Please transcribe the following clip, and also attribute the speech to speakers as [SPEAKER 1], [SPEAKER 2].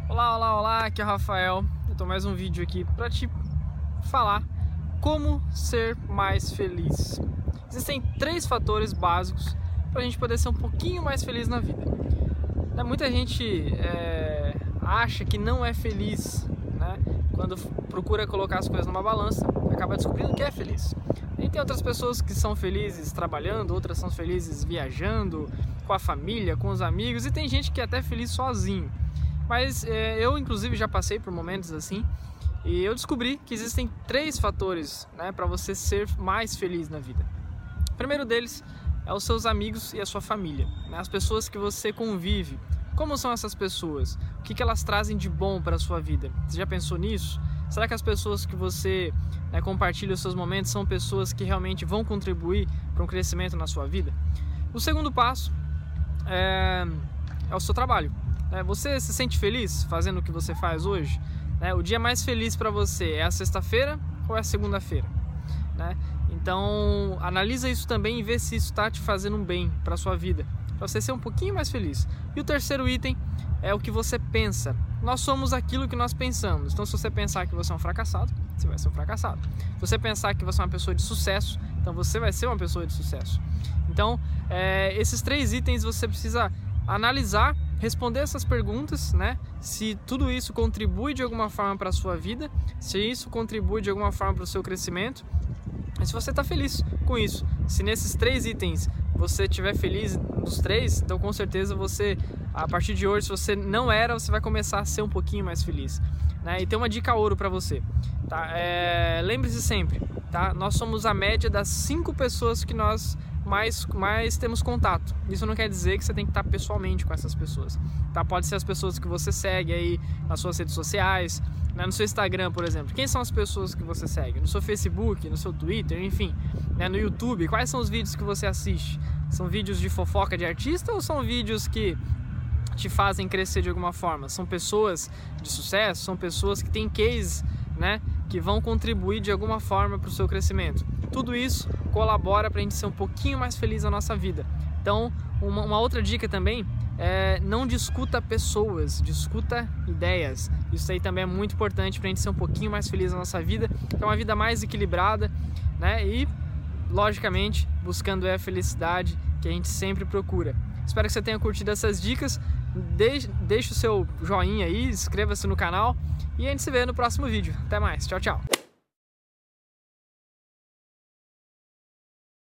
[SPEAKER 1] Olá, aqui é o Rafael. Eu tô mais um vídeo aqui para te falar como ser mais feliz. Existem 3 fatores básicos para a gente poder ser um pouquinho mais feliz na vida. Muita gente acha que não é feliz, né? Quando procura colocar as coisas numa balança, acaba descobrindo que é feliz. E tem outras pessoas que são felizes trabalhando, outras são felizes viajando, com a família, com os amigos, e tem gente que é até feliz sozinho. Mas eu inclusive já passei por momentos assim, e eu descobri que existem 3 fatores, né, para você ser mais feliz na vida. O primeiro deles é os seus amigos e a sua família, né, as pessoas que você convive. Como são essas pessoas? O que elas trazem de bom para a sua vida? Você já pensou nisso? Será que as pessoas que você compartilha os seus momentos são pessoas que realmente vão contribuir para um crescimento na sua vida? O segundo passo é o seu trabalho. Você se sente feliz fazendo o que você faz hoje? O dia mais feliz para você é a sexta-feira ou é a segunda-feira? Então analisa isso também e vê se isso está te fazendo um bem para a sua vida, para você ser um pouquinho mais feliz. E o terceiro item é o que você pensa. Nós somos aquilo que nós pensamos. Então se você pensar que você é um fracassado, você vai ser um fracassado. Se você pensar que você é uma pessoa de sucesso, então você vai ser uma pessoa de sucesso. Então esses 3 itens você precisa analisar, responder essas perguntas, né? Se tudo isso contribui de alguma forma para a sua vida, se isso contribui de alguma forma para o seu crescimento, e se você está feliz com isso. Se nesses 3 itens você estiver feliz nos 3, então com certeza você, a partir de hoje, se você não era, você vai começar a ser um pouquinho mais feliz, né? E tem uma dica ouro para você, tá? Lembre-se sempre, tá? Nós somos a média das 5 pessoas que nós mais temos contato. Isso não quer dizer que você tem que estar pessoalmente com essas pessoas, tá? Pode ser as pessoas que você segue aí nas suas redes sociais, né? No seu Instagram, por exemplo. Quem são as pessoas que você segue? No seu Facebook, no seu Twitter, enfim, né? No YouTube, quais são os vídeos que você assiste? São vídeos de fofoca de artista ou são vídeos que te fazem crescer de alguma forma? São pessoas de sucesso? São pessoas que têm case, né, que vão contribuir de alguma forma para o seu crescimento? Tudo isso colabora para a gente ser um pouquinho mais feliz na nossa vida. Então, uma outra dica também é não discuta pessoas, discuta ideias. Isso aí também é muito importante para a gente ser um pouquinho mais feliz na nossa vida, ter uma vida mais equilibrada, né? E, logicamente, buscando a felicidade que a gente sempre procura. Espero que você tenha curtido essas dicas. Deixe o seu joinha aí, inscreva-se no canal e a gente se vê no próximo vídeo. Até mais, tchau, tchau!